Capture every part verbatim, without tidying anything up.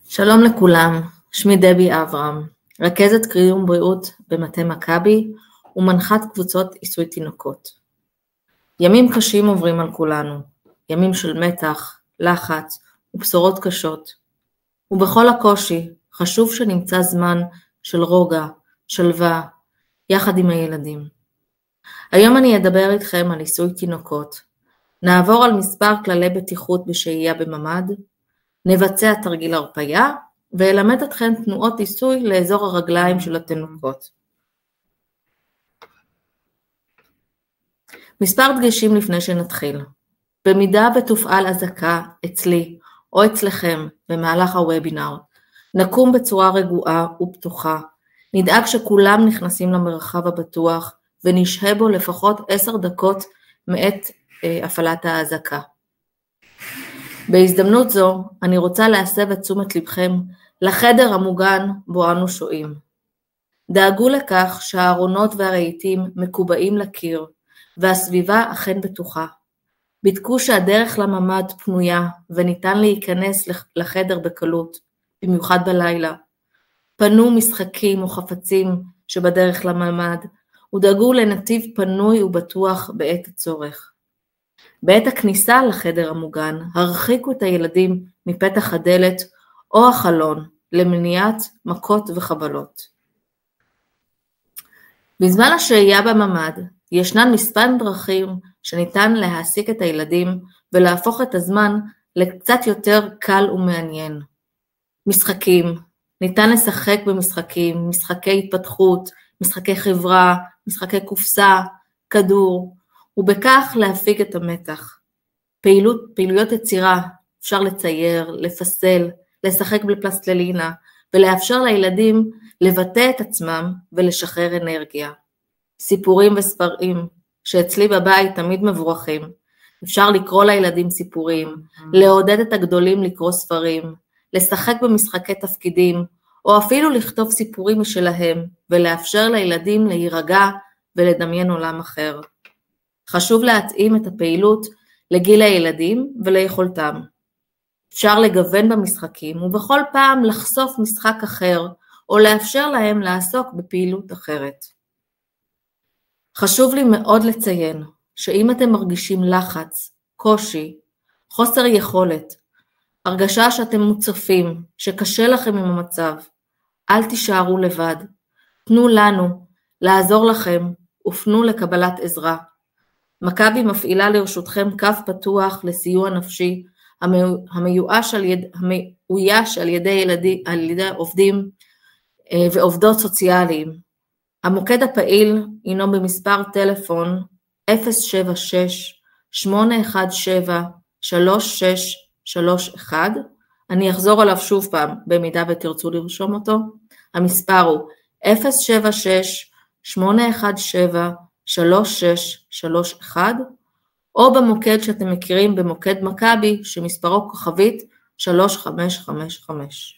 שלום לכולם, שמי דבי אברהם, רכזת קידום בריאות במטה מכבי ומנחת קבוצות עיסוי תינוקות. ימים קשים עוברים על כולנו, ימים של מתח, לחץ ובשורות קשות. ובכל הקושי חשוב שנמצא זמן של רוגע, שלווה, יחד עם הילדים. היום אני אדבר איתכם על עיסוי תינוקות. נעבור על מספר כללי בטיחות בשהייה בממ"ד, נבצע תרגיל הרפיה, ואלמד אתכם תנועות עיסוי לאזור הרגליים של התינוקות. מספר דגשים לפני שנתחיל. במידה ותופעל אזעקה אצלי או אצלכם במהלך הוובינר, נקום בצורה רגועה ופתוחה, נדאג שכולם נכנסים למרחב הבטוח ונשהה בו לפחות עשר דקות מעת אה, הפעלת האזעקה. בהזדמנות זו אני רוצה להסב את תשומת לבכם לחדר המוגן בו אנו שוהים. דאגו לכך שהארונות והרהיטים מקובעים לקיר והסביבה אכן בטוחה. בדקו שהדרך לממ"ד פנויה וניתן להיכנס לחדר בקלות, במיוחד בלילה. פנו משחקים או חפצים שבדרך לממ"ד ודאגו לנתיב פנוי ובטוח בעת הצורך. בעת הכניסה לחדר המוגן, הרחיקו את הילדים מפתח הדלת או החלון למניעת מכות וחבלות. בזמן השהייה בממ"ד, ישנן מספר דרכים שניתן להעסיק את הילדים ולהפוך את הזמן לקצת יותר קל ומעניין. משחקים, ניתן לשחק במשחקים, משחקי התפתחות, משחקי חברה, משחקי קופסה, כדור, ובכך להפיג את המתח. פעילות, פעילויות יצירה, אפשר לצייר, לפסל, לשחק בפלסטלינה, ולאפשר לילדים לבטא את עצמם ולשחרר אנרגיה. סיפורים וספרים, שאצלי בבית תמיד מבורכים. אפשר לקרוא לילדים סיפורים, לעודד את הגדולים לקרוא ספרים, לשחק במשחקי תפקידים, או אפילו לכתוב סיפורים משלהם, ולאפשר לילדים להירגע ולדמיין עולם אחר. חשוב להתאים את הפעילות לגיל הילדים וליכולתם. אפשר לגוון במשחקים ובכל פעם לחשוף משחק אחר או לאפשר להם לעסוק בפעילות אחרת. חשוב לי מאוד לציין שאם אתם מרגישים לחץ, קושי, חוסר יכולת, הרגשה שאתם מוצפים, שקשה לכם עם המצב, אל תישארו לבד. תנו לנו לעזור לכם ופנו לקבלת עזרה. מכבי מפעילה לרשותכם קו פתוח לסיוע נפשי המיואש על, יד, המיואש על ידי ילדי, על ידי עובדים ועובדות סוציאליים. המוקד הפעיל הינו במספר טלפון אפס שבע שש שמונה אחת שבע שלוש שש שלוש אחת. אני אחזור עליו שוב פעם במידה ותרצו לרשום אותו. המספר הוא אפס שבע שש שמונה אחת שבע שלוש שש שלוש אחת, או במוקד שאתם מכירים במוקד מכבי שמספרו כוכבית שלוש חמש חמש חמש.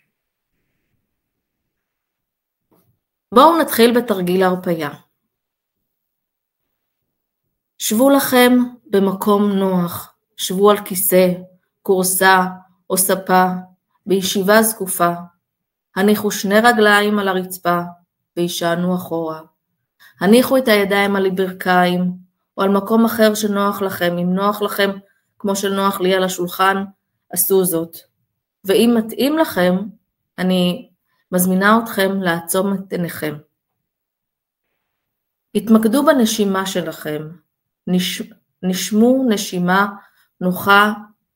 בואו נתחיל בתרגיל הרפיה. שבו לכם במקום נוח, שבו על כיסא, קורסה או ספה, בישיבה זקופה. הניחו שני רגליים על הרצפה וישענו אחורה. הניחו את הידיים על הברכיים או על מקום אחר שנוח לכם. אם נוח לכם כמו שנוח לי על השולחן, עשו זאת. ואם מתאים לכם, אני מזמינה אתכם לעצום את עיניכם. התמקדו בנשימה שלכם. נש... נשמו נשימה נוחה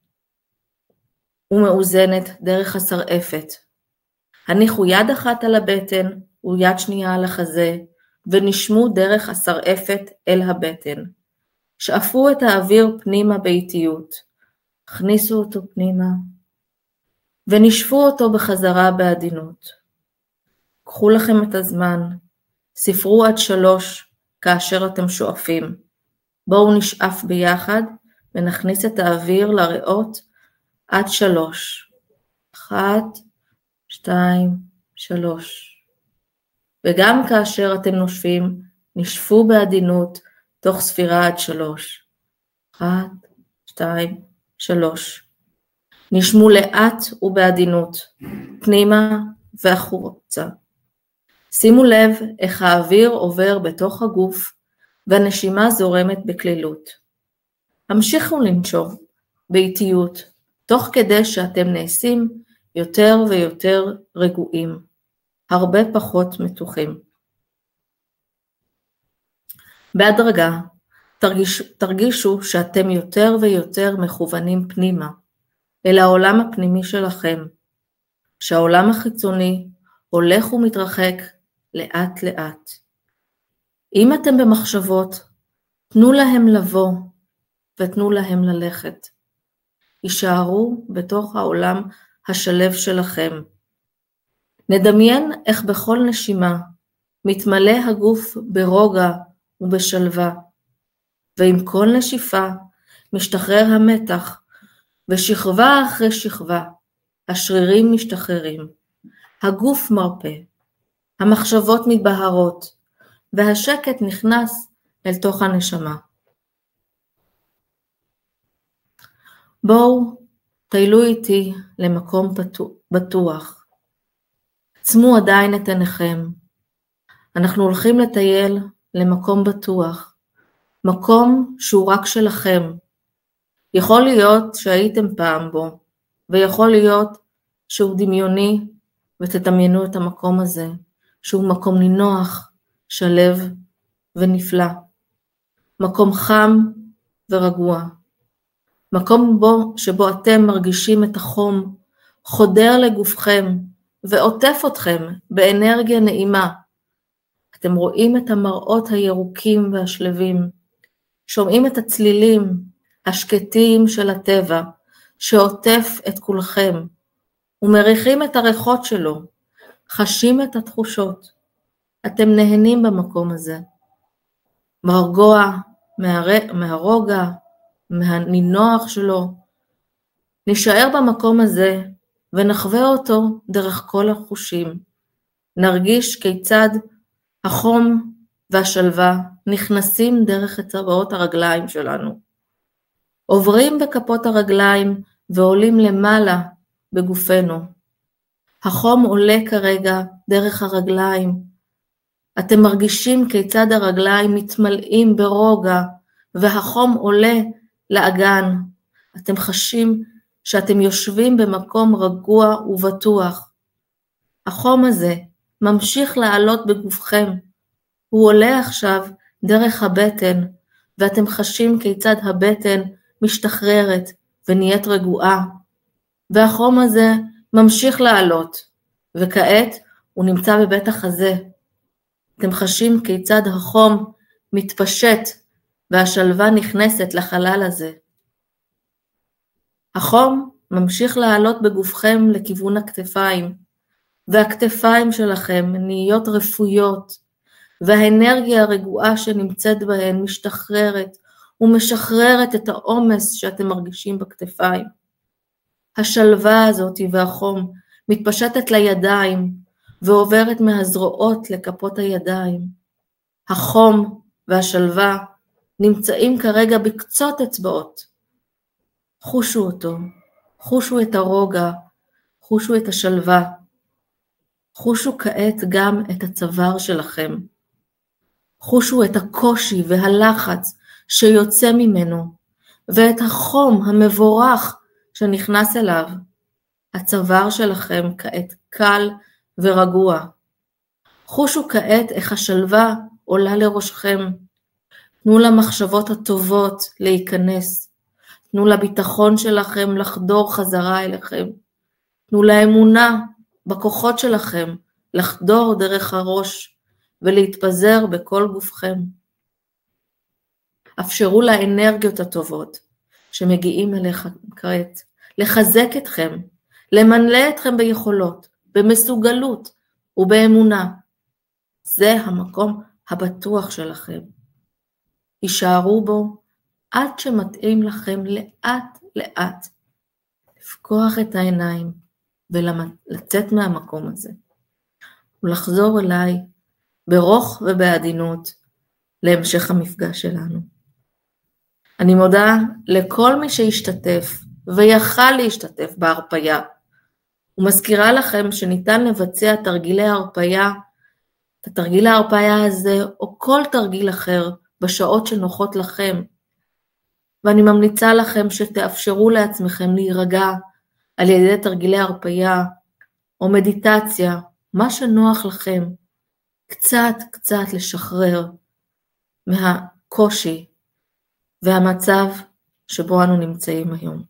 ומאוזנת דרך השרעפת. הניחו יד אחת על הבטן ויד שנייה על החזה, ונשמו דרך השרעפת אל הבטן. שאפו את האוויר פנימה באיטיות. הכניסו אותו פנימה, ונשפו אותו בחזרה בעדינות. קחו לכם את הזמן, ספרו עד שלוש כאשר אתם שואפים. בואו נשאף ביחד, ונכניס את האוויר לריאות עד שלוש. אחת, שתיים, שלוש. וגם כאשר אתם נושפים, נשפו בעדינות תוך ספירה עד שלוש. אחת, שתיים, שלוש. נשמו לאט ובעדינות, פנימה והחוצה. שימו לב איך האוויר עובר בתוך הגוף והנשימה זורמת בקלילות. המשיכו לנשום באיטיות, תוך כדי שאתם נעשים יותר ויותר רגועים, הרבה פחות מתוחים. בהדרגה, תרגיש, תרגישו שאתם יותר ויותר מכוונים פנימה, אל העולם הפנימי שלכם, שהעולם החיצוני הולך ומתרחק לאט לאט. אם אתם במחשבות, תנו להם לבוא ותנו להם ללכת. יישארו בתוך העולם השלב שלכם. נדמיין איך בכל נשימה מתמלא הגוף ברוגע ובשלווה, ועם כל נשיפה משתחרר המתח, ושכבה אחרי שכבה השרירים משתחררים, הגוף מרפא, המחשבות מתבהרות, והשקט נכנס אל תוך הנשמה. בואו טיילו איתי למקום בטוח. עצמו עדיין את עיניכם. אנחנו הולכים לטייל למקום בטוח, מקום שהוא רק שלכם. יכול להיות שהייתם פעם בו, ויכול להיות שהוא דמיוני, ותדמיינו את המקום הזה, שהוא מקום נינוח, שלב ונפלא. מקום חם ורגוע. מקום בו שבו אתם מרגישים את החום, חודר לגופכם ועוטף אתכם באנרגיה נעימה. אתם רואים את המראות הירוקים והשלבים, שומעים את הצלילים השקטים של הטבע שעוטף את כולכם, ומריחים את הריחות שלו, חשים את התחושות. אתם נהנים במקום הזה, מרגוע מהר... מהרוגע, מהנינוח שלו. נשאר במקום הזה ונחווה אותו דרך כל החושים. נרגיש כיצד החום והשלווה נכנסים דרך אצבעות הרגליים שלנו. עוברים בכפות הרגליים ועולים למעלה בגופנו. החום עולה כרגע דרך הרגליים. אתם מרגישים כיצד הרגליים מתמלאים ברוגע והחום עולה לאגן. אתם חשים שאתם יושבים במקום רגוע ובטוח. החום הזה ממשיך לעלות בגופכם. הוא עולה עכשיו דרך הבטן, ואתם חשים כיצד הבטן משתחררת ונהיית רגועה. והחום הזה ממשיך לעלות, וכעת הוא נמצא בבית החזה. אתם חשים כיצד החום מתפשט, והשלווה נכנסת לחלל הזה. החום ממשיך לעלות בגופכם לכיוון הכתפיים, והכתפיים שלכם נהיות רפויות, והאנרגיה הרגועה שנמצאת בהן משתחררת ומשחררת את העומס שאתם מרגישים בכתפיים. השלווה הזאת והחום מתפשטת לידיים ועוברת מהזרועות לכפות הידיים. החום והשלווה נמצאים כרגע בקצות אצבעות. חושו אותו, חושו את הרוגע, חושו את השלווה. חושו כעת גם את הצוואר שלכם. חושו את הקושי והלחץ שיוצא ממנו, ואת החום המבורך שנכנס אליו. הצוואר שלכם כעת קל ורגוע. חושו כעת איך השלווה עולה לראשכם. תנו למחשבות הטובות להיכנס. תנו לביטחון שלכם לחדור חזרה אליכם. תנו לאמונה בכוחות שלכם לחדור דרך הראש ולהתפזר בכל גופכם. אפשרו לאנרגיות הטובות שמגיעים אליך כעת לחזק אתכם, למלא אתכם ביכולות, במסוגלות ובאמונה. זה המקום הבטוח שלכם. יישארו בו עד שמתאים לכם לאט לאט לפקוח את העיניים ולצאת מהמקום הזה, ולחזור אליי ברוך ובעדינות להמשך המפגש שלנו. אני מודה לכל מי שהשתתף ויכל להשתתף בהרפיה. ומזכירה לכם שניתן לבצע תרגילי הרפיה, את התרגיל ההרפיה הזה או כל תרגיל אחר בשעות שנוחות לכם. ואני ממליצה לכם שתאפשרו לעצמכם להירגע על ידי תרגילי הרפיה או מדיטציה, מה שנוח לכם, קצת קצת לשחרר מהקושי והמצב שבו אנו נמצאים היום.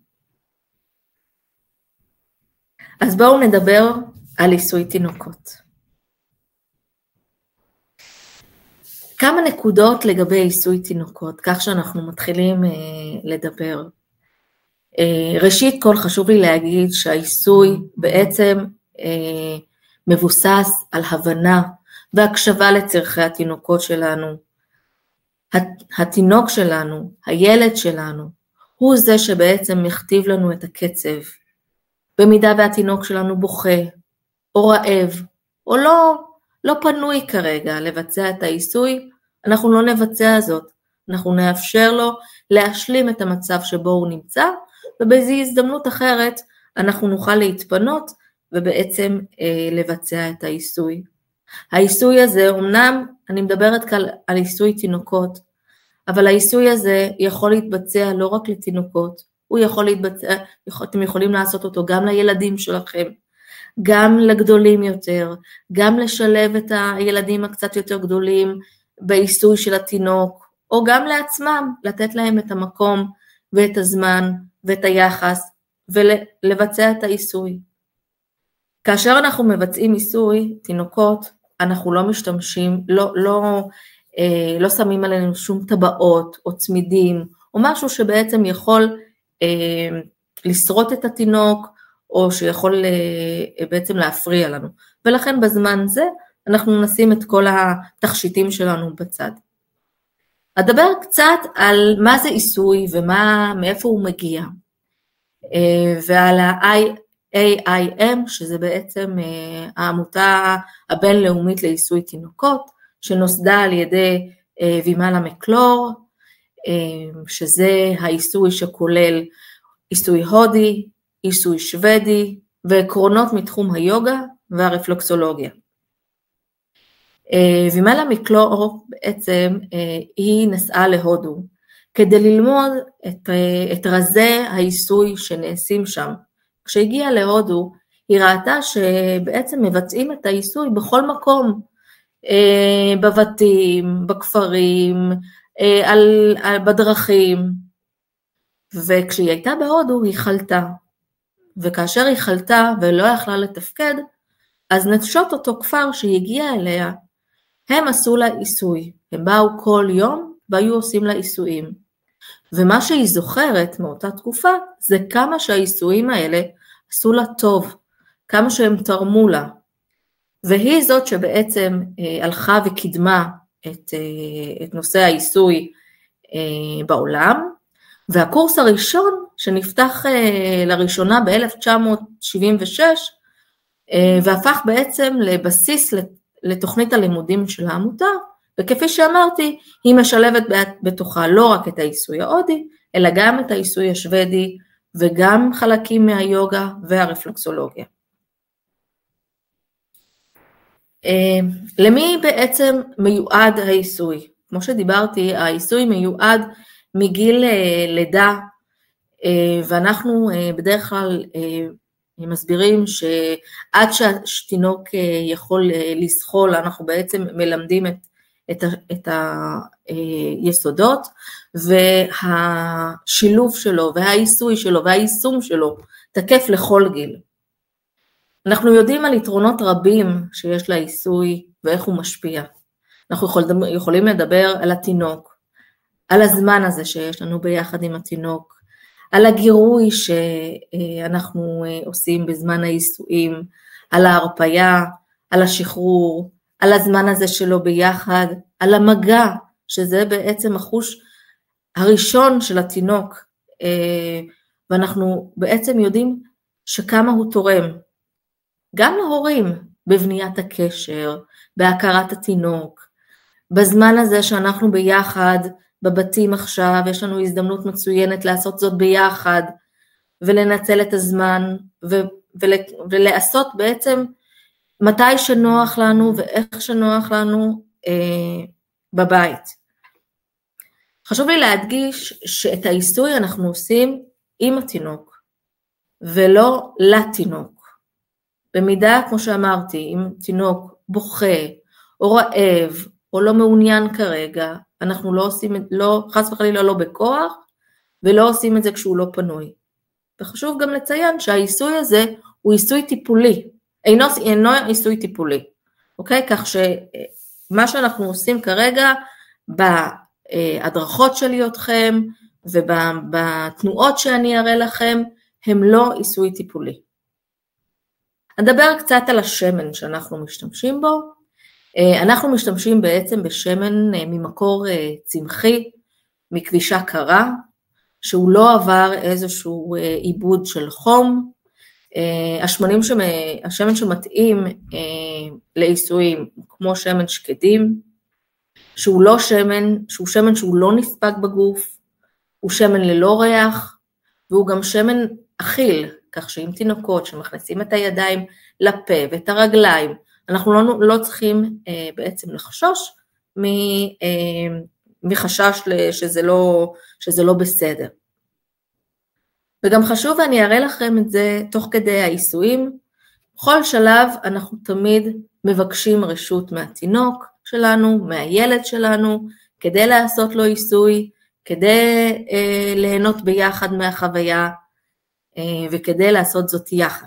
אז בואו נדבר על עיסוי תינוקות. כמה נקודות לגבי עיסוי תינוקות, כך שאנחנו מתחילים אה, לדבר. אה, ראשית כל חשוב לי להגיד שהעיסוי בעצם אה, מבוסס על הבנה והקשבה לצרכי התינוקות שלנו. התינוק שלנו, הילד שלנו, הוא זה שבעצם מכתיב לנו את הקצב. במידה והתינוק שלנו בוכה, או רעב, או לא, לא פנוי כרגע לבצע את העיסוי, אנחנו לא נבצע זאת. אנחנו נאפשר לו להשלים את המצב שבו הוא נמצא, ובאיזו הזדמנות אחרת אנחנו נוכל להתפנות, ובעצם אה, לבצע את העיסוי. העיסוי הזה, אמנם אני מדברת כאן על עיסוי תינוקות, אבל העיסוי הזה יכול להתבצע לא רק לתינוקות, הוא יכול להתבצע, אתם יכולים לעשות אותו גם לילדים שלכם, גם לגדולים יותר, גם לשלב את הילדים הקצת יותר גדולים בעיסוי של התינוק, או גם לעצמם, לתת להם את המקום ואת הזמן ואת היחס, ולבצע את העיסוי. כאשר אנחנו מבצעים עיסוי תינוקות, אנחנו לא משתמשים, לא, לא, אה, לא שמים עלינו שום טבעות או צמידים, או משהו שבעצם יכול אה, לשרוט את התינוק, או שיכול אה, בעצם להפריע לנו. ולכן בזמן זה, אנחנו נשים את כל התכשיטים שלנו בצד. אדבר קצת על מה זה עיסוי, ומה, מאיפה הוא מגיע, אה, ועל ה-I A I M, שזה בעצם uh, העמותה הבינלאומית לעיסוי תינוקות, שנוסדה על ידי uh, וימאלה מקלור, uh, שזה העיסוי שכולל עיסוי הודי, עיסוי שוודי, ועקרונות מתחום היוגה והרפלוקסולוגיה. Uh, וימאלה מקלור בעצם uh, היא נסעה להודו, כדי ללמוד את, uh, את רזי העיסוי שנעשים שם. כשהגיעה להודו, היא ראתה שבעצם מבצעים את העיסוי בכל מקום, בבתים, בכפרים, על, על, בדרכים, וכשהיא הייתה בהודו היא חלתה, וכאשר היא חלתה ולא יכלה לתפקד, אז נשות אותו כפר שהיא הגיעה אליה, הם עשו לה עיסוי, הם באו כל יום והיו עושים לה עיסויים. ומה שהיא זוכרת מאותה תקופה, זה כמה שהעיסויים האלה עשו לה טוב, כמה שהם תרמו לה. והיא זאת שבעצם אה, הלכה וקידמה את, אה, את נושא העיסוי אה, בעולם, והקורס הראשון שנפתח אה, לראשונה ב-אלף תשע מאות שבעים ושש, אה, והפך בעצם לבסיס לתוכנית הלימודים של העמותה, וכפי שאמרתי, היא משלבת בתוכה לא רק את העיסוי ההודי, אלא גם את העיסוי השוודי, וגם חלקים מהיוגה והרפלקסולוגיה. למי בעצם מיועד העיסוי? כמו שדיברתי, העיסוי מיועד מגיל לידה, ואנחנו בדרך כלל מסבירים שעד שהתינוק יכול לסחול, אנחנו בעצם מלמדים את את, את היסודות, והשילוב שלו, והעיסוי שלו, והיישום שלו, תקף לכל גיל. אנחנו יודעים על יתרונות רבים שיש לעיסוי, ואיך הוא משפיע. אנחנו יכול, יכולים לדבר על התינוק, על הזמן הזה שיש לנו ביחד עם התינוק, על הגירוי שאנחנו עושים בזמן העיסויים, על ההרפיה, על השחרור, על הזמן הזה שלו ביחד, על המגע, שזה בעצם החוש הראשון של התינוק, ואנחנו בעצם יודעים שכמה הוא תורם, גם להורים, בבניית הקשר, בהכרת התינוק, בזמן הזה שאנחנו ביחד, בבתים עכשיו, יש לנו הזדמנות מצוינת לעשות זאת ביחד, ולנצל את הזמן, ו, ול, ולעשות בעצם מתי שנוח לנו ואיך שנוח לנו אה, בבית. חשוב לי להדגיש שאת העיסוי אנחנו עושים עם התינוק, ולא לתינוק. במידה, כמו שאמרתי, אם תינוק בוכה, או רעב, או לא מעוניין כרגע, אנחנו לא עושים, לא, חס וחלילה לא בכוח, ולא עושים את זה כשהוא לא פנוי. וחשוב גם לציין שהעיסוי הזה הוא עיסוי טיפולי, אינו, אינו עיסוי טיפולי, אוקיי? כך שמה שאנחנו עושים כרגע, בהדרכות שלי אתכם, ובתנועות שאני אראה לכם, הם לא עיסוי טיפולי. נדבר קצת על השמן שאנחנו משתמשים בו. אנחנו משתמשים בעצם בשמן ממקור צמחי, מכבישה קרה, שהוא לא עבר איזשהו עיבוד של חום. השמנים, השמן שמתאים לעיסויים, כמו שמן שקדים, שהוא לא שמן, שהוא שמן שהוא לא נספק בגוף, הוא שמן ללא ריח, והוא גם שמן אכיל, כך שאם תינוקות שמכניסים את הידיים לפה ואת הרגליים, אנחנו לא, לא צריכים אה, בעצם לחשוש מ, אה, מחשש שזה לא, שזה לא בסדר. וגם חשוב, ואני אראה לכם את זה תוך כדי העיסויים, בכל שלב אנחנו תמיד מבקשים רשות מהתינוק שלנו, מהילד שלנו, כדי לעשות לו עיסוי, כדי אה, ליהנות ביחד מהחוויה, אה, וכדי לעשות זאת יחד.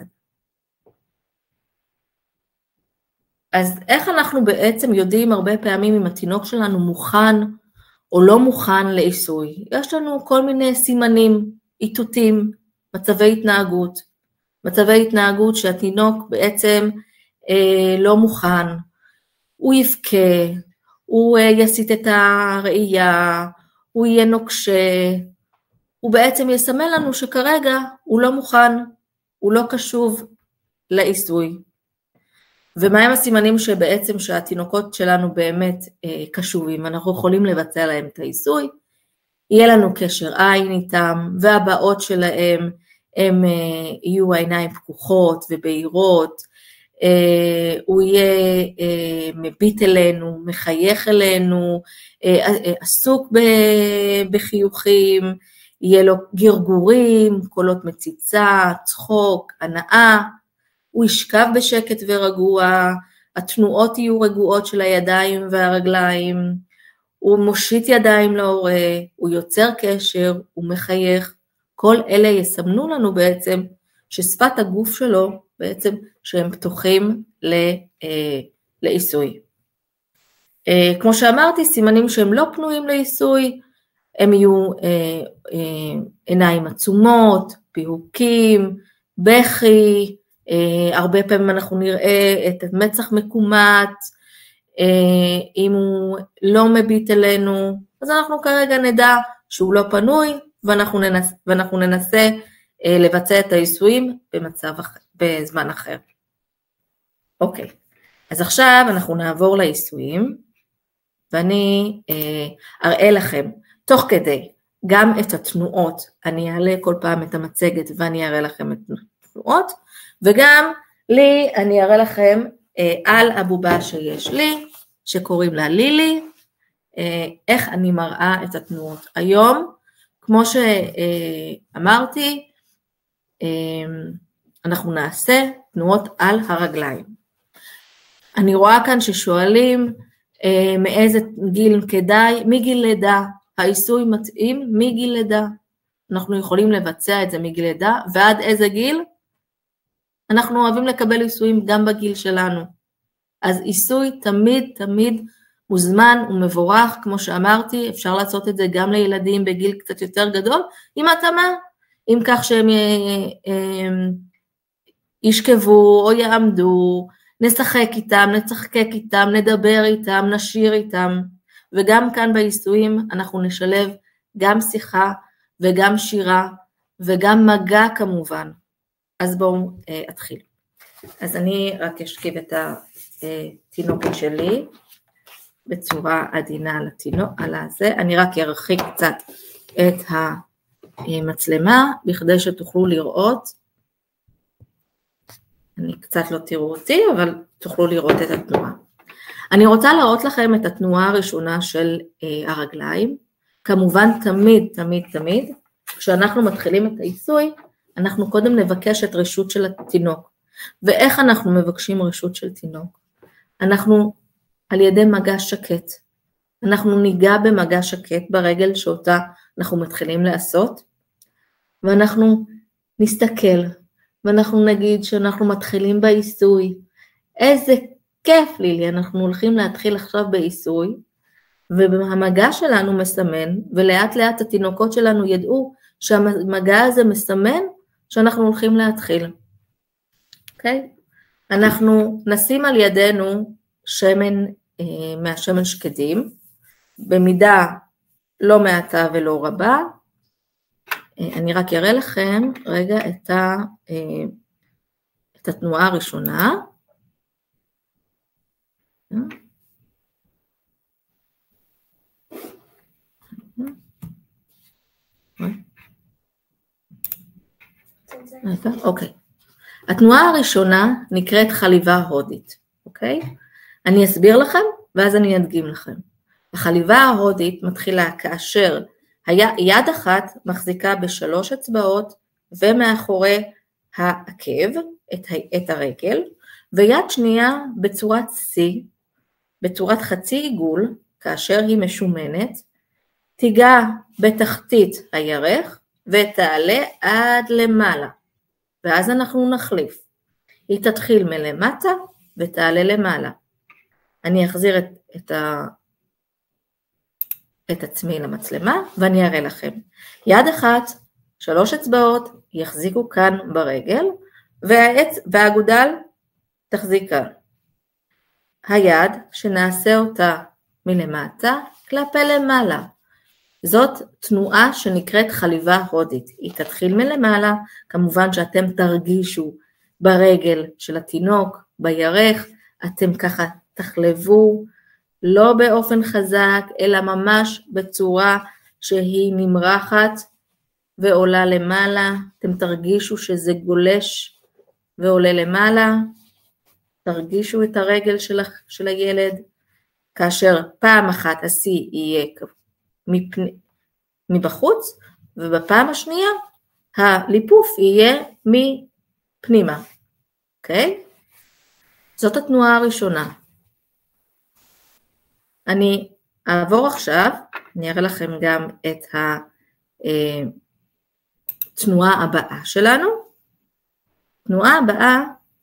אז איך אנחנו בעצם יודעים הרבה פעמים אם התינוק שלנו מוכן או לא מוכן לעיסוי? יש לנו כל מיני סימנים, איתותים, מצבי התנהגות, מצבי התנהגות שהתינוק בעצם אה, לא מוכן, הוא יבכה, הוא אה, יסיט את הראייה, הוא יהיה נוקשה, הוא בעצם יסמל לנו שכרגע הוא לא מוכן, הוא לא קשוב לעיסוי. ומהם הסימנים שבעצם שהתינוקות שלנו באמת אה, קשובים, אנחנו יכולים לבצע להם את העיסוי, יהיה לנו קשר עין איתם, והבאות שלהם הם אה, יהיו העיניים פקוחות ובהירות, אה, הוא יהיה אה, מביט אלינו, מחייך אלינו, אה, אה, עסוק ב, בחיוכים, יהיה לו גרגורים, קולות מציצה, צחוק, הנאה, הוא ישכב בשקט ורגוע, התנועות יהיו רגועות של הידיים והרגליים, הוא מושיט ידיים להורה, הוא יוצר קשר, הוא מחייך, כל אלה יסמנו לנו בעצם ששפת הגוף שלו בעצם שהם פתוחים לעיסוי. כמו שאמרתי, סימנים שהם לא פנויים לעיסוי, הם יהיו עיניים עצומות, פיהוקים, בכי, הרבה פעמים אנחנו נראה את המצח מקומט, אם הוא לא מביט אלינו, אז אנחנו כרגע נדע שהוא לא פנוי, ואנחנו ננסה, ואנחנו ננסה לבצע את העיסויים במצב אחר, בזמן אחר. אוקיי, אז עכשיו אנחנו נעבור לעיסויים, ואני אראה לכם תוך כדי גם את התנועות, אני אעלה כל פעם את המצגת ואני אראה לכם את התנועות, וגם לי אני אראה לכם אה, על הבובה שיש לי, שקוראים לה לילי, אה, איך אני מראה את התנועות. היום, כמו שאמרתי, אה, אנחנו נעשה תנועות על הרגליים. אני רואה כאן ששואלים אה, מאיזה גיל כדאי, מגיל לידה, העיסוי מתאים מגיל לידה, אנחנו יכולים לבצע את זה מגיל לידה, ועד איזה גיל? אנחנו אוהבים לקבל עיסויים גם בגיל שלנו, אז עיסוי תמיד תמיד מוזמן ומבורך, כמו שאמרתי, אפשר לעשות את זה גם לילדים בגיל קצת יותר גדול, עם התאמה, עם כך שהם ישכבו או יעמדו, נשחק איתם, נצחקק איתם, נדבר איתם, נשיר איתם, וגם כאן בעיסויים אנחנו נשלב גם שיחה וגם שירה וגם מגע כמובן. אז בואו אה, אתחיל. אז אני רק אשכיב את התינוקת שלי בצורה עדינה על התינוק, על הזה, אני רק ארחיק קצת את המצלמה, בכדי שתוכלו לראות, אני קצת לא תראו אותי, אבל תוכלו לראות את התנועה. אני רוצה להראות לכם את התנועה הראשונה של אה, הרגליים, כמובן תמיד, תמיד, תמיד, כשאנחנו מתחילים את העיסוי, אנחנו קודם נבקש את רשות של התינוק. ואיך אנחנו מבקשים רשות של תינוק? אנחנו על ידי מגע שקט. אנחנו ניגע במגע שקט ברגל שאותה אנחנו מתחילים לעשות, ואנחנו נסתכל, ואנחנו נגיד שאנחנו מתחילים בעיסוי. איזה כיף לילי, אנחנו הולכים להתחיל עכשיו בעיסוי, והמגע שלנו מסמן, ולאט לאט התינוקות שלנו ידעו שהמגע הזה מסמן שאנחנו הולכים להתחיל. אוקיי? אנחנו נשים על ידינו שמן אה, מהשמן שקדים, במידה לא מעטה ולא רבה. אה, אני רק אראה לכם רגע את, ה, אה, את התנועה הראשונה. אוקיי. התנועה הראשונה נקראת חליבה הודית, אוקיי? אני אסביר לכם ואז אני אדגים לכם. החליבה ההודית מתחילה כאשר יד אחת מחזיקה בשלוש אצבעות ומאחורי העקב את, את הרגל, ויד שנייה בצורת C, בצורת חצי עיגול, כאשר היא משומנת, תיגע בתחתית הירך ותעלה עד למעלה, ואז אנחנו נחליף. היא תתחיל מלמטה ותעלה למעלה. אני אחזיר את, את, ה, את עצמי למצלמה ואני אראה לכם. יד אחת, שלוש אצבעות, יחזיקו כאן ברגל, והעץ, והאגודל תחזיק כאן. היד שנעשה אותה מלמטה כלפי למעלה. זאת תנועה שנקראת חליבה הודית. היא תתחיל מלמעלה, כמובן שאתם תרגישו ברגל של התינוק, בירך, אתם ככה תחלבו, לא באופן חזק, אלא ממש בצורה שהיא נמרחת ועולה למעלה. אתם תרגישו שזה גולש ועולה למעלה, תרגישו את הרגל של, של הילד, כאשר פעם אחת השיא יהיה מפני, מבחוץ, ובפעם השנייה הליפוף יהיה מפנימה. אוקיי? זאת התנועה הראשונה. אני אעבור עכשיו, אני אראה לכם גם את התנועה הבאה שלנו. תנועה הבאה,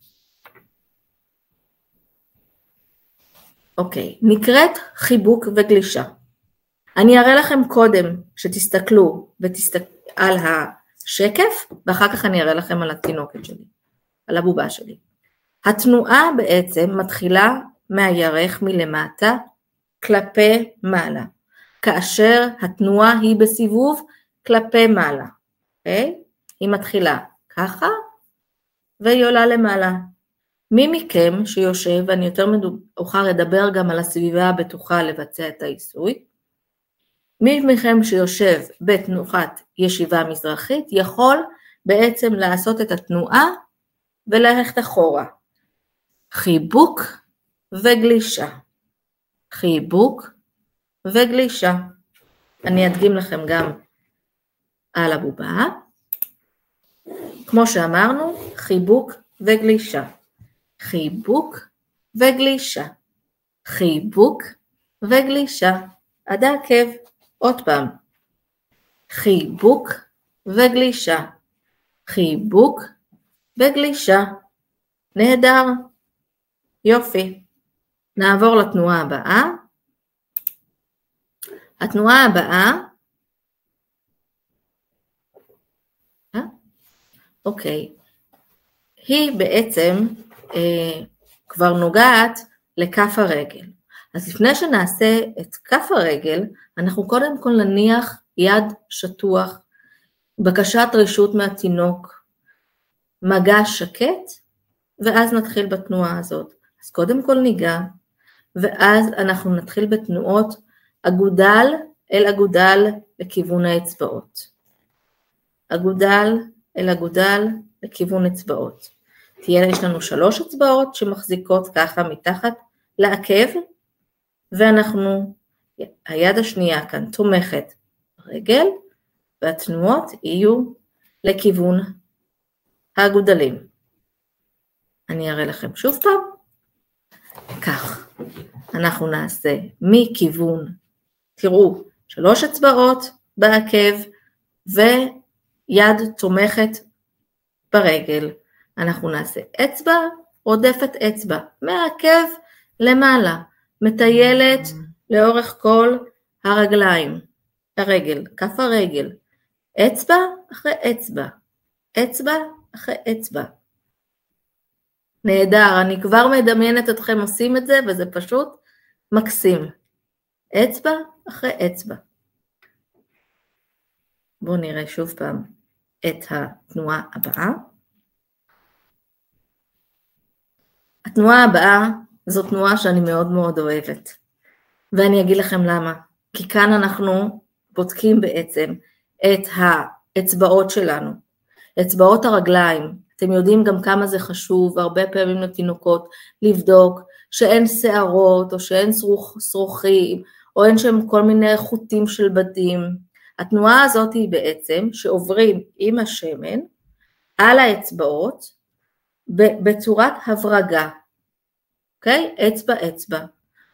אוקיי, נקראת חיבוק וגלישה. אני אראה לכם קודם שתסתכלו ותסתכל על השקף, ואחר כך אני אראה לכם על התינוקת שלי, על הבובה שלי. התנועה בעצם מתחילה מהירך מלמטה כלפי מעלה, כאשר התנועה היא בסיבוב כלפי מעלה. אוקיי? היא מתחילה ככה, והיא עולה למעלה. מי מכם שיושב, ואני יותר מאוחר אדבר גם על הסביבה הבטוחה לבצע את העיסוי, מי מכם שיושב בתנוחת ישיבה מזרחית, יכול בעצם לעשות את התנועה וללכת אחורה. חיבוק וגלישה. חיבוק וגלישה. אני אדגים לכם גם על הבובה. כמו שאמרנו, חיבוק וגלישה. חיבוק וגלישה. חיבוק וגלישה. עד העקב. עוד פעם. חיבוק וגלישה. חיבוק וגלישה. נהדר. יופי. נעבור לתנועה הבאה. התנועה הבאה, אה? אוקיי, היא בעצם אה, כבר נוגעת לכף הרגל. אז לפני שנעשה את כף הרגל, אנחנו קודם כל נניח יד שטוח, בקשת רשות מהתינוק, מגע שקט, ואז נתחיל בתנועה הזאת. אז קודם כל ניגע, ואז אנחנו נתחיל בתנועות אגודל אל אגודל לכיוון האצבעות. אגודל אל אגודל לכיוון אצבעות. תהיה, יש לנו שלוש אצבעות שמחזיקות ככה מתחת לעקב, ואנחנו, היד השנייה כאן תומכת רגל, והתנועות יהיו לכיוון האגודלים. אני אראה לכם שוב פעם. כך, אנחנו נעשה מכיוון, תראו, שלוש אצבעות בעקב, ויד תומכת ברגל. אנחנו נעשה אצבע, רודפת אצבע, מהעקב למעלה, מטיילת לאורך כל הרגליים, הרגל, כף הרגל, אצבע אחרי אצבע, אצבע אחרי אצבע. נהדר, אני כבר מדמיינת אתכם עושים את זה, וזה פשוט מקסים. אצבע אחרי אצבע. בואו נראה שוב פעם את התנועה הבאה. התנועה הבאה זו תנועה שאני מאוד מאוד אוהבת, ואני אגיד לכם למה. כי כאן אנחנו בודקים בעצם את האצבעות שלנו, אצבעות הרגליים. אתם יודעים גם כמה זה חשוב, הרבה פעמים לתינוקות, לבדוק שאין שערות, או שאין שרוכים, או אין שם כל מיני חוטים של בתים. התנועה הזאת היא בעצם שעוברים עם השמן על האצבעות, בצורת הברגה, אוקיי? אצבע אצבע.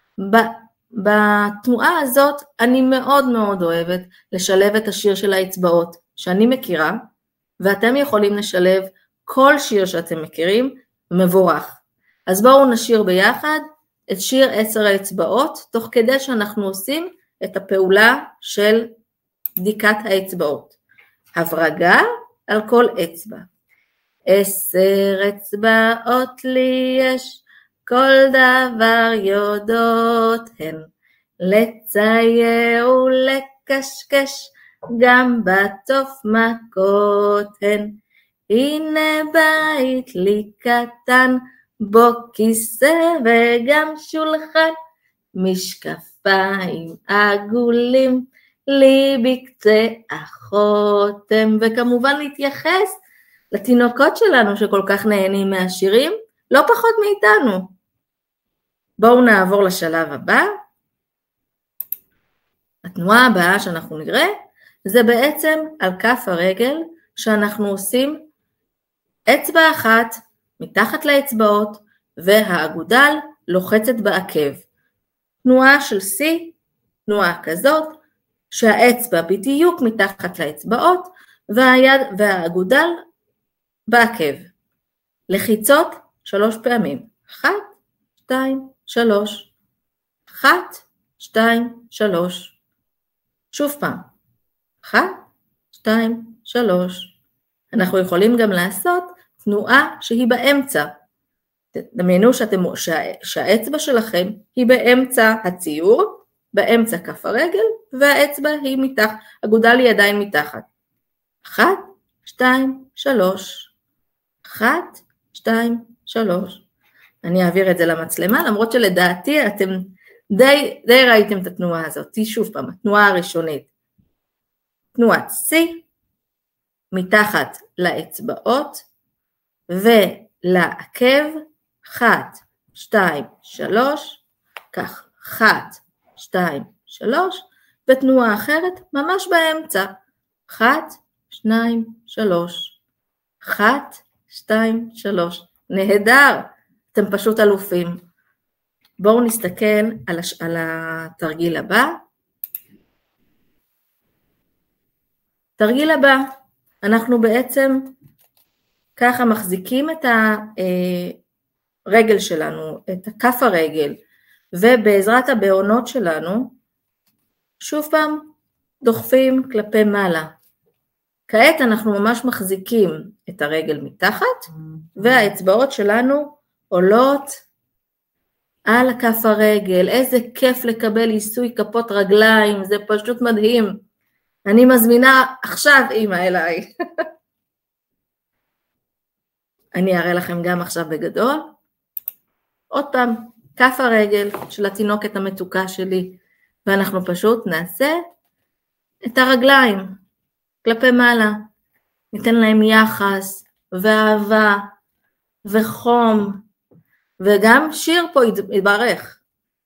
בתנועה הזאת אני מאוד מאוד אוהבת לשלב את השיר של האצבעות שאני מכירה, ואתם יכולים לשלב כל שיר שאתם מכירים, מבורך. אז בואו נשיר ביחד את שיר עשר האצבעות, תוך כדי שאנחנו עושים את הפעולה של בדיקת האצבעות. הברגה על כל אצבע. עשר אצבעות לי יש, כל דבר יודעות הן, לצייר ולקשקש, גם בטוף מכות הן. הנה בית לי קטן, בו כיסא וגם שולחן, משקפיים עגולים, לי בקצה החותם, וכמובן להתייחס לתינוקות שלנו שכל כך נהנים מהשירים, לא פחות מאיתנו. בואו נעבור לשלב הבא. התנועה הבאה שאנחנו נראה, זה בעצם על כף הרגל, שאנחנו עושים אצבע אחת מתחת לאצבעות, והאגודל לוחצת בעקב. תנועה של C, תנועה כזאת, שהאצבע בדיוק מתחת לאצבעות, והיד והאגודל בעקב. לחיצות שלוש פעמים. אחת, שתיים, שלוש. אחת, שתיים, שלוש. שוב פעם. אחת, שתיים, שלוש. אנחנו יכולים גם לעשות תנועה שהיא באמצע. דמיינו שאתם, שה, שהאצבע שלכם היא באמצע הציור, באמצע כף הרגל, והאצבע היא מתחת, אגודל היא עדיין מתחת. אחת, שתיים, שלוש. אחת, שתיים, שלוש. אני אעביר את זה למצלמה, למרות שלדעתי אתם די, די ראיתם את התנועה הזאת. שוב פעם, התנועה הראשונית. תנועת C, מתחת לאצבעות, ולעקב, אחת, שתיים, שלוש, כך, אחת, שתיים, שלוש, ותנועה אחרת ממש באמצע, אחת, שתיים, שלוש, אחת, שתיים, שלוש, נהדר, אתם פשוט אלופים. בואו נסתכל על, הש... על התרגיל הבא. תרגיל הבא, אנחנו בעצם ככה מחזיקים את הרגל שלנו, את כף הרגל, ובעזרת הבעונות שלנו, שוב פעם דוחפים כלפי מעלה. כעת אנחנו ממש מחזיקים את הרגל מתחת, והאצבעות שלנו עולות על כף הרגל. איזה כיף לקבל עיסוי כפות רגליים, זה פשוט מדהים. אני מזמינה עכשיו אמא אליי. אני אראה לכם גם עכשיו בגדול. עוד פעם, כף הרגל של התינוקת המתוקה שלי, ואנחנו פשוט נעשה את הרגליים כלפי מעלה. ניתן להם יחס ואהבה וחום, וגם שיר פה יתברך.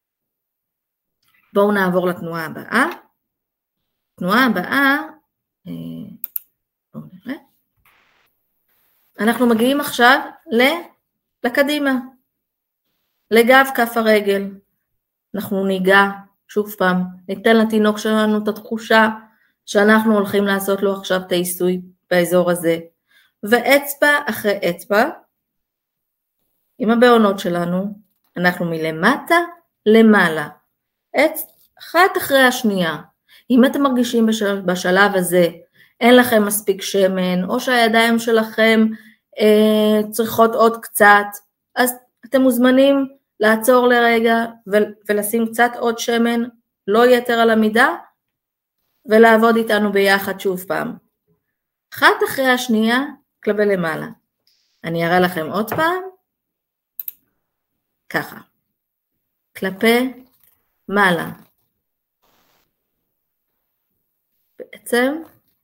בואו נעבור לתנועה הבאה. תנועה הבאה, בואו נראה. אנחנו מגיעים עכשיו לקדימה, לגב כף הרגל. אנחנו ניגע, שוב פעם, ניתן לתינוק שלנו את התחושה שאנחנו הולכים לעשות לו עכשיו את העיסוי באזור הזה. ואצבע אחרי אצבע, עם הבעונות שלנו, אנחנו מלמטה למעלה. אצ... אחת אחרי השנייה. אם אתם מרגישים בשל... בשלב הזה, אין לכם מספיק שמן, או שהידיים שלכם אה, צריכות עוד קצת, אז אתם מוזמנים לעצור לרגע ו- ולשים קצת עוד שמן, לא יתר על המידה, ולעבוד איתנו ביחד שוב פעם. אחת אחרי השנייה, כלבי למעלה. אני אראה לכם עוד פעם, ככה. כלפי מעלה. בעצם,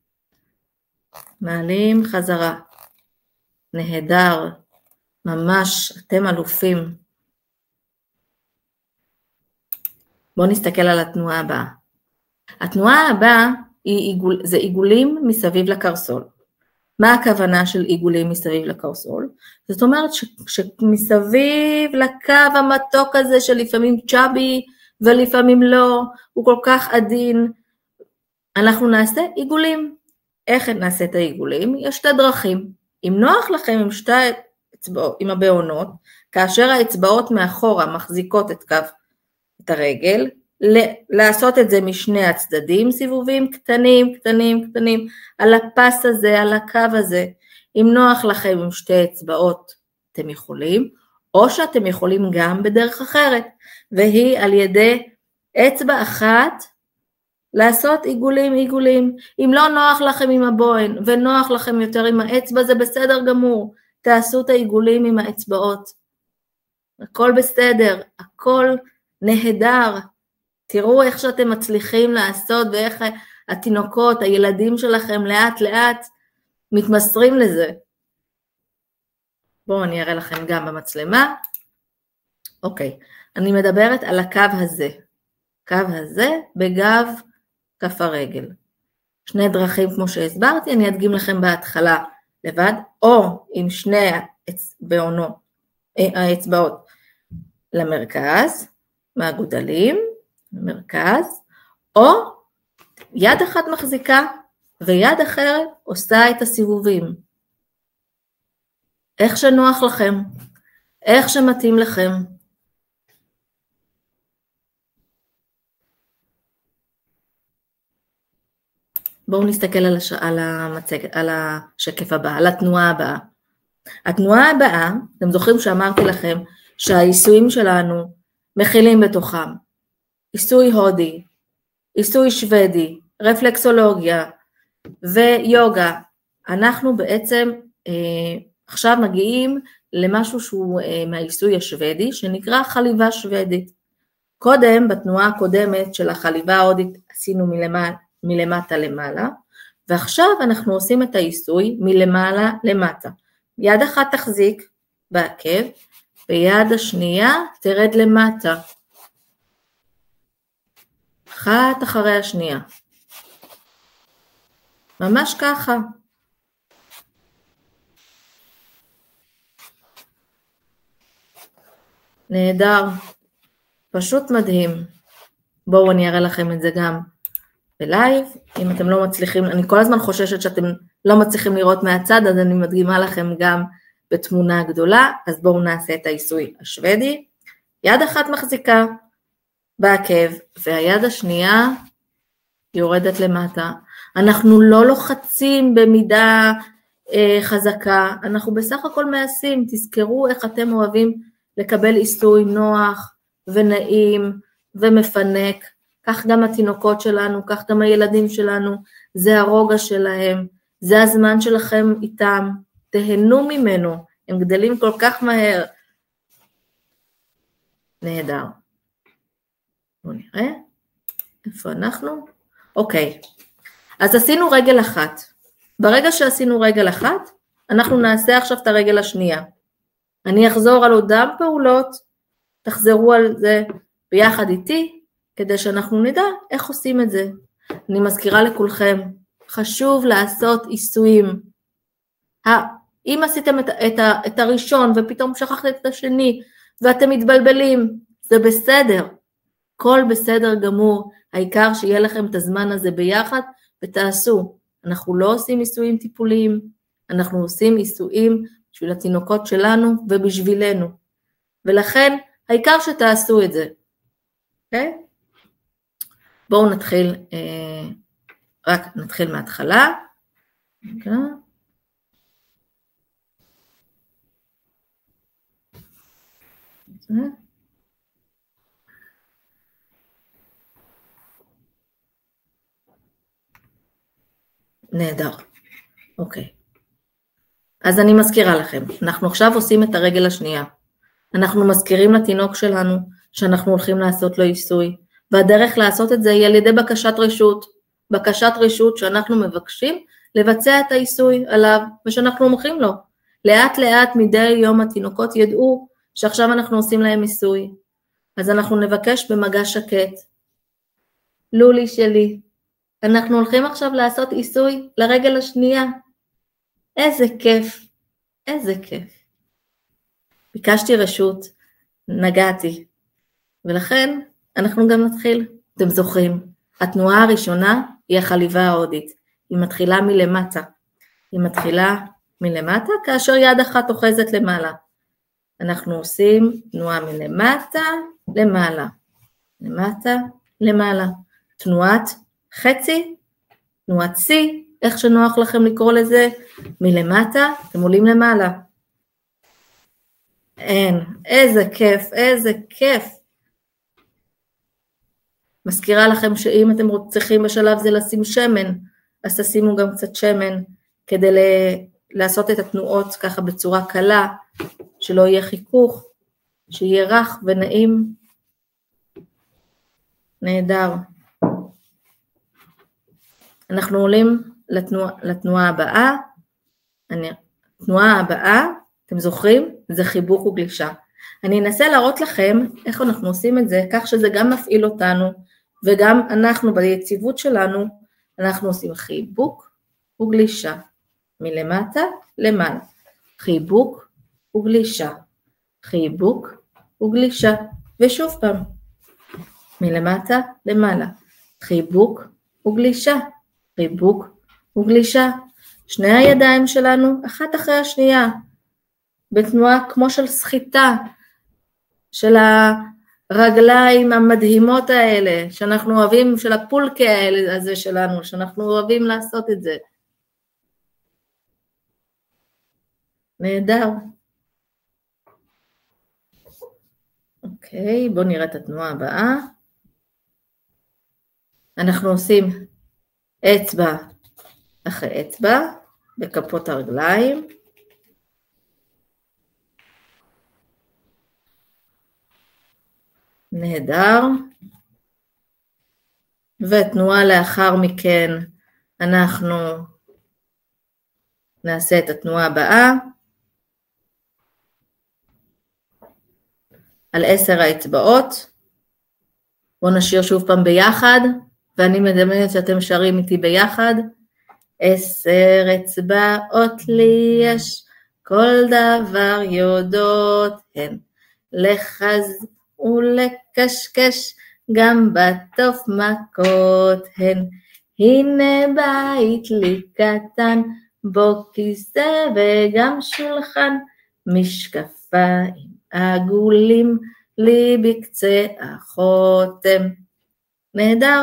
מעלים חזרה. נהדר, ממש, אתם אלופים. בואו נסתכל על התנועה הבאה. התנועה הבאה היא עיגול, זה עיגולים מסביב לקרסול. מה הכוונה של עיגולים מסביב לקרסול? זאת אומרת ש, שמסביב לקו המתוק הזה שלפעמים צ'אבי ולפעמים לא, הוא כל כך עדין, אנחנו נעשה עיגולים. איך נעשה את העיגולים? יש שתי דרכים. אם נוח לכם עם שתי אצבעות, עם הבעונות, כאשר האצבעות מאחורה מחזיקות את קו, את הרגל, לעשות את זה משני הצדדים, סיבובים קטנים, קטנים, קטנים, על הפס הזה, על הקו הזה. אם נוח לכם עם שתי אצבעות, אתם יכולים, או שאתם יכולים גם בדרך אחרת, והיא על ידי אצבע אחת, לעשות עיגולים, עיגולים. אם לא נוח לכם עם הבוהן, ונוח לכם יותר עם האצבע, זה בסדר גמור. תעשו את העיגולים עם האצבעות. הכל בסדר, הכל נהדר. תראו איך שאתם מצליחים לעשות, ואיך התינוקות, הילדים שלכם לאט לאט מתמסרים לזה. בואו אני אראה לכם גם במצלמה. אוקיי, אני מדברת על הקו הזה. קו הזה בגב כף הרגל. שני דרכים כמו שהסברתי, אני אדגים לכם בהתחלה לבד, או עם שני בעונות, האצבעות למרכז, מהגודלים, למרכז, או יד אחת מחזיקה ויד אחרת עושה את הסיבובים. איך שנוח לכם, איך שמתאים לכם. בואו נסתכל על, הש... על, המצג... על השקף הבא, על התנועה הבאה. התנועה הבאה, אתם זוכרים שאמרתי לכם שהעיסויים שלנו מכילים בתוכם עיסוי הודי, עיסוי שוודי, רפלקסולוגיה ויוגה. אנחנו בעצם אה, עכשיו מגיעים למשהו שהוא אה, מהעיסוי השוודי, שנקרא חליבה שוודית. קודם, בתנועה הקודמת של החליבה ההודית, עשינו מלמעלה, מלמטה למעלה, ועכשיו אנחנו עושים את העיסוי מלמעלה למטה. יד אחת תחזיק בעקב, ויד השנייה תרד למטה. אחת אחרי השנייה. ממש ככה. נהדר. פשוט מדהים. בואו אני אראה לכם את זה גם בלייב. אם אתם לא מצליחים, אני כל הזמן חוששת שאתם לא מצליחים לראות מהצד, אז אני מדגימה לכם גם בתמונה גדולה. אז בואו נעשה את העיסוי השוודי. יד אחת מחזיקה בעקב, והיד השנייה יורדת למטה. אנחנו לא לוחצים במידה אה, חזקה, אנחנו בסך הכל מעשים. תזכרו איך אתם אוהבים לקבל עיסוי נוח ונעים ומפנק. כך גם התינוקות שלנו, כך גם הילדים שלנו, זה הרוגע שלהם, זה הזמן שלכם איתם, תהנו ממנו, הם גדלים כל כך מהר. נהדר. בואו נראה, איפה אנחנו? אוקיי, אז עשינו רגל אחת, ברגע שעשינו רגל אחת, אנחנו נעשה עכשיו את הרגל השנייה. אני אחזור על אותם פעולות, תחזרו על זה ביחד איתי, כדי שאנחנו נדע איך עושים את זה. אני מזכירה לכולכם, חשוב לעשות עיסויים. אם עשיתם את, את, את הראשון ופתאום שכחתם את השני, ואתם מתבלבלים, זה בסדר. כל בסדר גמור, העיקר שיהיה לכם את הזמן הזה ביחד, ותעשו. אנחנו לא עושים עיסויים טיפוליים, אנחנו עושים עיסויים בשביל התינוקות שלנו ובשבילנו. ולכן, העיקר שתעשו את זה. אוקיי? בואו נתחיל, אה, רק נתחיל מההתחלה. אוקיי? נהדר. אוקיי. אז אני מזכירה לכם, אנחנו עכשיו עושים את הרגל השנייה. אנחנו מזכירים לתינוק שלנו שאנחנו הולכים לעשות לו עיסוי, והדרך לעשות את זה היא על ידי בקשת רשות, בקשת רשות שאנחנו מבקשים לבצע את העיסוי עליו, ושאנחנו אומרים לו, לאט לאט מדי יום התינוקות ידעו שעכשיו אנחנו עושים להם עיסוי, אז אנחנו נבקש במגע שקט, לולי שלי, אנחנו הולכים עכשיו לעשות עיסוי לרגל השנייה, איזה כיף, איזה כיף. ביקשתי רשות, נגעתי, ולכן אנחנו גם נתחיל. אתם זוכרים, התנועה הראשונה היא החליבה ההודית, היא מתחילה מלמטה, היא מתחילה מלמטה כאשר יד אחת אוחזת למעלה. אנחנו עושים תנועה מלמטה למעלה, למטה למעלה, תנועת חצי, תנועת C, איך שנוח לכם לקרוא לזה, מלמטה, אתם עולים למעלה. אין, איזה כיף, איזה כיף. מזכירה לכם שאם אתם צריכים בשלב זה לשים שמן, אז תשימו גם קצת שמן, כדי לעשות את התנועות ככה בצורה קלה, שלא יהיה חיכוך, שיהיה רך ונעים. נהדר. אנחנו עולים לתנועה, לתנועה הבאה, אני, התנועה הבאה, אתם זוכרים? זה חיבוק וגלישה. אני אנסה להראות לכם איך אנחנו עושים את זה, כך שזה גם מפעיל אותנו, וגם אנחנו ביציבות שלנו, אנחנו עושים חיבוק וגלישה, מלמטה למעלה, חיבוק וגלישה, חיבוק וגלישה, ושוב פעם, מלמטה למעלה, חיבוק וגלישה, חיבוק וגלישה, שני הידיים שלנו, אחת אחרי השנייה, בתנועה כמו של סחיטה, של הרגליים המדהימות האלה, שאנחנו אוהבים, של הפולקה האלה הזה שלנו, שאנחנו אוהבים לעשות את זה. נהדר. אוקיי, בואו נראה את התנועה הבאה. אנחנו עושים אצבע אחרי אצבע, בכפות הרגליים. נהדר. ותנועה לאחר מכן, אנחנו נעשה את התנועה הבאה. על עשר האצבעות. בואו נשאיר שוב פעם ביחד, ואני מדמיינת שאתם שרים איתי ביחד. עשר אצבעות לי יש, כל דבר יודעות הן, לחז ולקשקש, גם בטוף מכות הן. הנה בית לי קטן, בו כיסא וגם שולחן, משקפיים עגולים לי בקצה החותם. נהדר.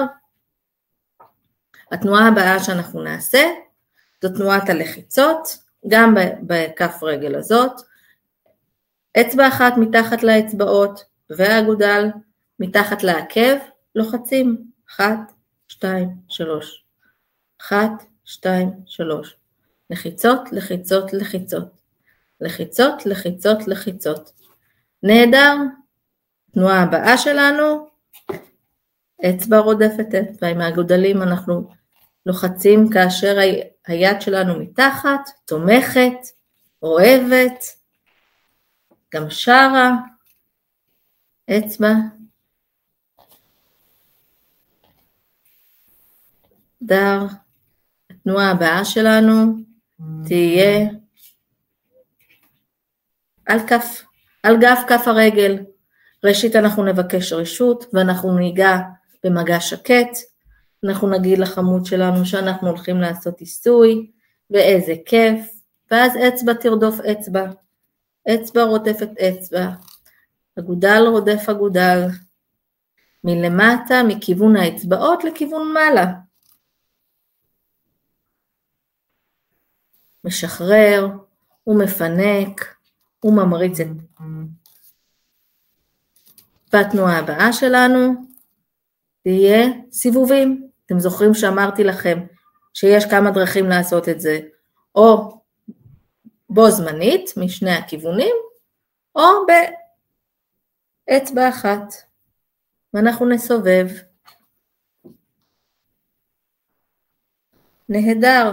התנועה הבאה שאנחנו נעשה, זו תנועת הלחיצות, גם בכף רגל הזאת, אצבע אחת מתחת לאצבעות, והאגודל מתחת לעקב, לוחצים, אחת, שתיים, שלוש, אחת, שתיים, שלוש, לחיצות, לחיצות, לחיצות, לחיצות, לחיצות, לחיצות. נהדר. תנועה הבאה שלנו, אצבע רודפת אצבע, עם האגודלים אנחנו לוחצים כאשר היד שלנו מתחת, תומכת, אוהבת, גם שרה, אצבע, דר. התנועה הבאה שלנו תהיה על כף, על גב כף הרגל. ראשית אנחנו נבקש רשות ואנחנו ניגע במגע שקט. אנחנו נגיד לחמוד שלנו שאנחנו הולכים לעשות עיסוי, ואיזה כיף, ואז אצבע תרדוף אצבע, אצבע רודפת אצבע, אגודל רודף אגודל, מלמטה, מכיוון האצבעות לכיוון מעלה. משחרר ומפנק וממריץ את... והתנועה הבאה שלנו תהיה סיבובים. אתם זוכרים שאמרתי לכם שיש כמה דרכים לעשות את זה, או בו זמנית משני הכיוונים, או באצבע אחת. ואנחנו נסובב. נהדר.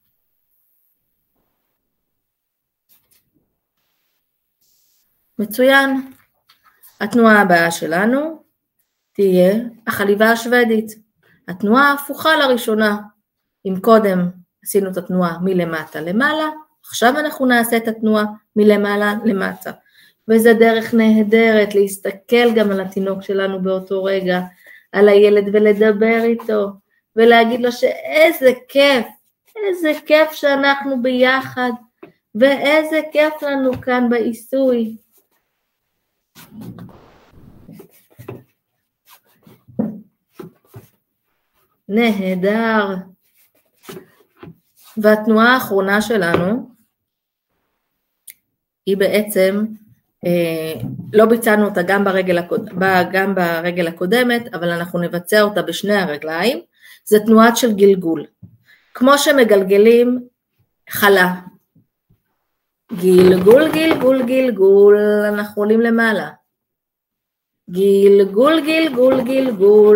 מצוין. התנועה הבאה שלנו תהיה החליבה השוודית. התנועה ההפוכה לראשונה. אם קודם עשינו את התנועה מלמטה למעלה, עכשיו אנחנו נעשה את התנועה מלמעלה למטה. וזה דרך נהדרת להסתכל גם על התינוק שלנו באותו רגע, על הילד ולדבר איתו, ולהגיד לו שאיזה כיף, איזה כיף שאנחנו ביחד, ואיזה כיף לנו כאן בעיסוי. נהדר. והתנועה האחרונה שלנו היא בעצם, אה, לא ביצענו אותה גם ברגל, הקוד, גם ברגל הקודמת, אבל אנחנו נבצע אותה בשני הרגליים. זה תנועת של גלגול. כמו שמגלגלים חלה. גלגול, גלגול, גלגול, אנחנו עולים למעלה. גלגול, גלגול, גלגול.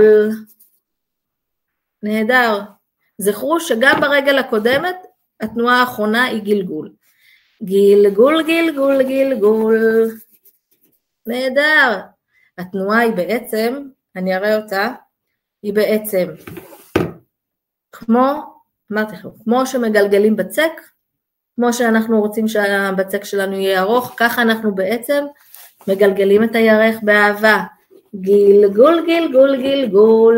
נהדר. זכרו שגם ברגל הקודמת, התנועה האחרונה היא גלגול. גלגול, גלגול, גלגול. נהדר. התנועה היא בעצם, אני אראה אותה, היא בעצם כמו, אמרתי לכם, כמו שמגלגלים בצק, כמו שאנחנו רוצים שהבצק שלנו יהיה ארוך, ככה אנחנו בעצם מגלגלים את הירך באהבה. גלגול, גלגול, גלגול.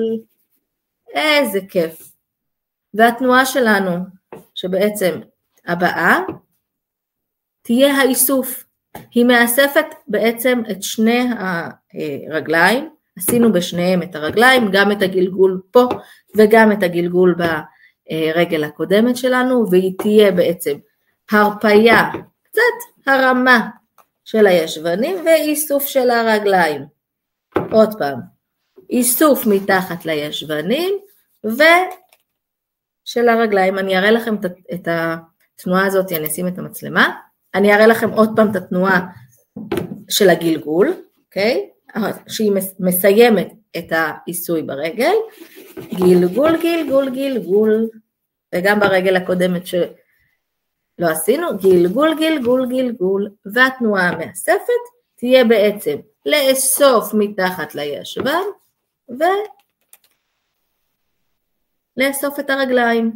איזה כיף. והתנועה שלנו, שבעצם הבאה, תהיה האיסוף. היא מאספת בעצם את שני הרגליים, עשינו בשניהם את הרגליים, גם את הגלגול פה וגם את הגלגול ברגל הקודמת שלנו, והיא תהיה בעצם הרפיה, קצת הרמה של הישבנים ואיסוף של הרגליים. עוד פעם, איסוף מתחת לישבנים ושל הרגליים. אני אראה לכם את התנועה הזאת, אני אשים את המצלמה, אני אראה לכם עוד פעם את התנועה של הגלגול, אוקיי? שהיא מסיימת את העיסוי ברגל, גלגול, גלגול, גלגול, וגם ברגל הקודמת שלא עשינו, גלגול, גלגול, גלגול, והתנועה המאספת תהיה בעצם לאסוף מתחת לישבן, ולאסוף את הרגליים.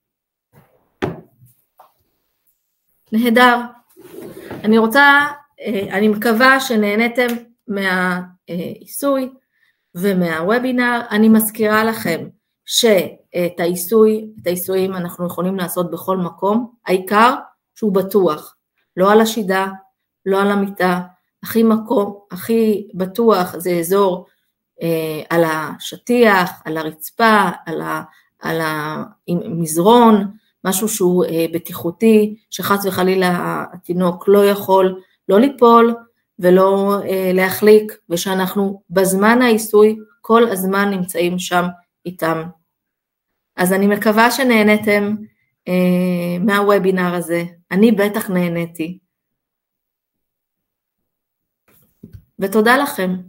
נהדר. אני רוצה, אני מקווה שנהניתם מהעיסוי ומהוובינר. אני מזכירה לכם שאת העיסוי, את העיסויים אנחנו יכולים לעשות בכל מקום, העיקר שהוא בטוח, לא על השידה, לא על המיטה, הכי מקום, הכי בטוח זה אזור אה, על השטיח, על הרצפה, על, ה, על המזרון, משהו שהוא אה, בטיחותי, שחס וחלילה התינוק לא יכול לא ליפול ולא אה, להחליק, ושאנחנו בזמן העיסוי כל הזמן נמצאים שם איתם. אז אני מקווה שנהניתם אה, מהוובינר הזה, אני בטח נהניתי. ותודה לכם.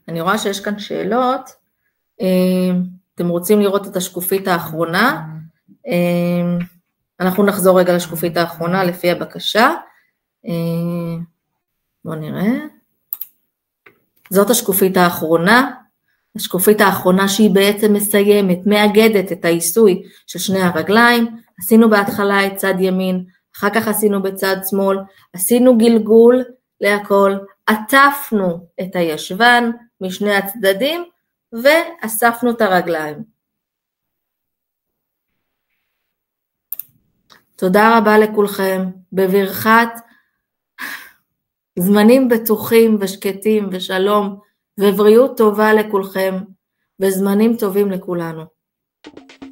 אני רואה שיש כאן שאלות, אתם רוצים לראות את השקופית האחרונה, אנחנו נחזור רגע לשקופית האחרונה לפי הבקשה, בואו נראה, זאת השקופית האחרונה, השקופית האחרונה שהיא בעצם מסיימת, מאגדת את העיסוי של שני הרגליים, עשינו בהתחלה את צד ימין, אחר כך עשינו בצד שמאל, עשינו גלגול להכל, עטפנו את הישבן משני הצדדים, ואספנו את הרגליים. תודה רבה לכולכם, בברכת זמנים בטוחים ושקטים ושלום, ובריאות טובה לכולכם, וזמנים טובים לכולנו.